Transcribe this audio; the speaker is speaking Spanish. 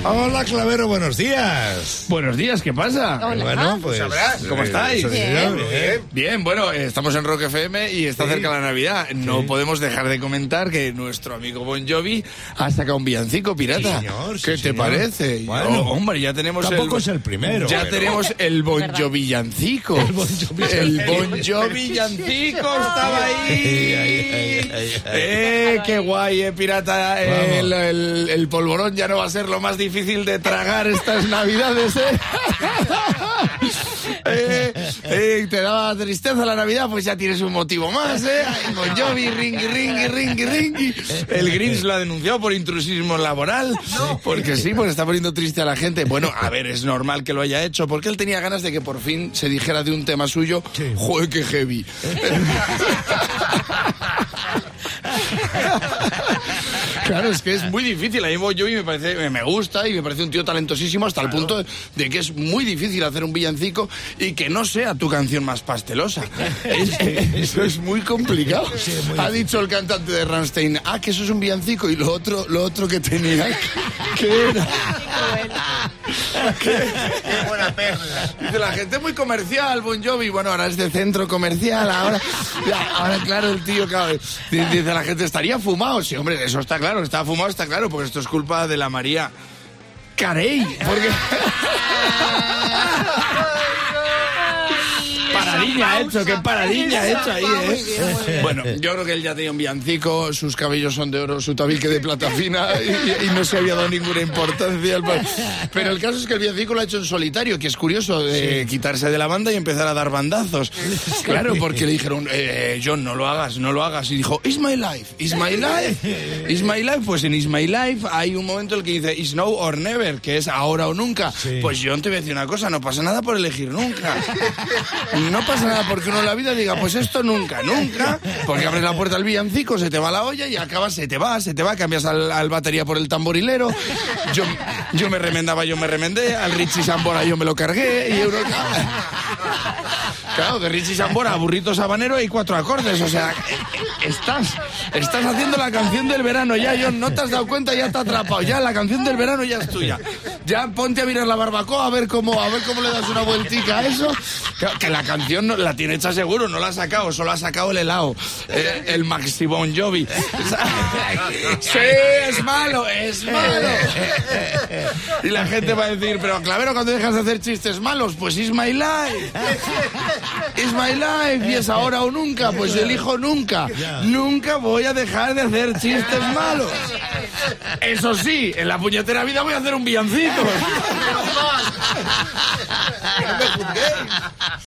Hola, Clavero, buenos días. Buenos días, ¿qué pasa? Hola. Bueno, pues... ¿Cómo estáis? Bien. Bien, bueno, estamos en Rock FM y está cerca la Navidad. No podemos dejar de comentar que nuestro amigo Bon Jovi ha sacado un villancico pirata. Sí, señor, ¿Qué te parece? Bueno, hombre, ya tenemos tampoco es el primero. Ya tenemos el Bon Jovi villancico. El Bon Jovi villancico estaba ahí. Qué guay, pirata. El polvorón ya no va a ser lo más difícil de tragar estas Navidades, te daba tristeza la Navidad, pues ya tienes un motivo más, Bon Jovi, ringi. El Grinch lo ha denunciado por intrusismo laboral, porque sí, pues está poniendo triste a la gente. Bueno, a ver, es normal que lo haya hecho, porque él tenía ganas de que por fin se dijera de un tema suyo, joder, qué heavy. Claro, es que es muy difícil. A mí Bon Jovi me gusta y me parece un tío talentosísimo hasta el punto de que es muy difícil hacer un villancico y que no sea tu canción más pastelosa. Eso es muy complicado. Sí, ha dicho el cantante de Rammstein, que eso es un villancico, y lo otro que tenía, ¿qué era? Qué buena perla. Dice la gente, muy comercial, Bon Jovi. Bueno, ahora es de centro comercial, ahora claro, el tío, claro, dice la gente, estaría fumado. Sí, hombre, eso está claro, está fumado, está claro, porque esto es culpa de la María Carey, porque... qué paradilla ha hecho ahí, Bueno, yo creo que él ya tenía un villancico, sus cabellos son de oro, su tabique de plata fina y no se había dado ninguna importancia. Pero el caso es que el villancico lo ha hecho en solitario, que es curioso, de quitarse de la banda y empezar a dar bandazos. Claro, porque le dijeron, John, no lo hagas. Y dijo, It's my life. Pues en It's my life hay un momento en el que dice, It's now or never, que es ahora o nunca. Sí. Pues John, te voy a decir una cosa, no pasa nada por elegir nunca. No pasa nada porque uno en la vida diga, pues esto nunca, porque abres la puerta al villancico, se te va la olla y acabas, se te va, cambias al batería por el tamborilero. Yo me remendé, al Richie Sambora yo me lo cargué y uno... Claro, de Richie Sambora a Burrito Sabanero hay 4 acordes, o sea, estás haciendo la canción del verano ya, John, no te has dado cuenta, ya te ha atrapado, ya la canción del verano ya es tuya. Ya ponte a mirar la barbacoa a ver cómo le das una vueltica a eso. Que la canción no, la tiene hecha seguro, no la ha sacado, solo ha sacado el helado, el Maxi Bon Jovi. Sí, es malo. Y la gente va a decir, pero Clavero, cuando dejas de hacer chistes malos, pues It's my life. Y es ahora o nunca, pues elijo nunca. Nunca voy a dejar de hacer chistes malos. Eso sí, en la puñetera vida voy a hacer un villancico. No me juzguéis.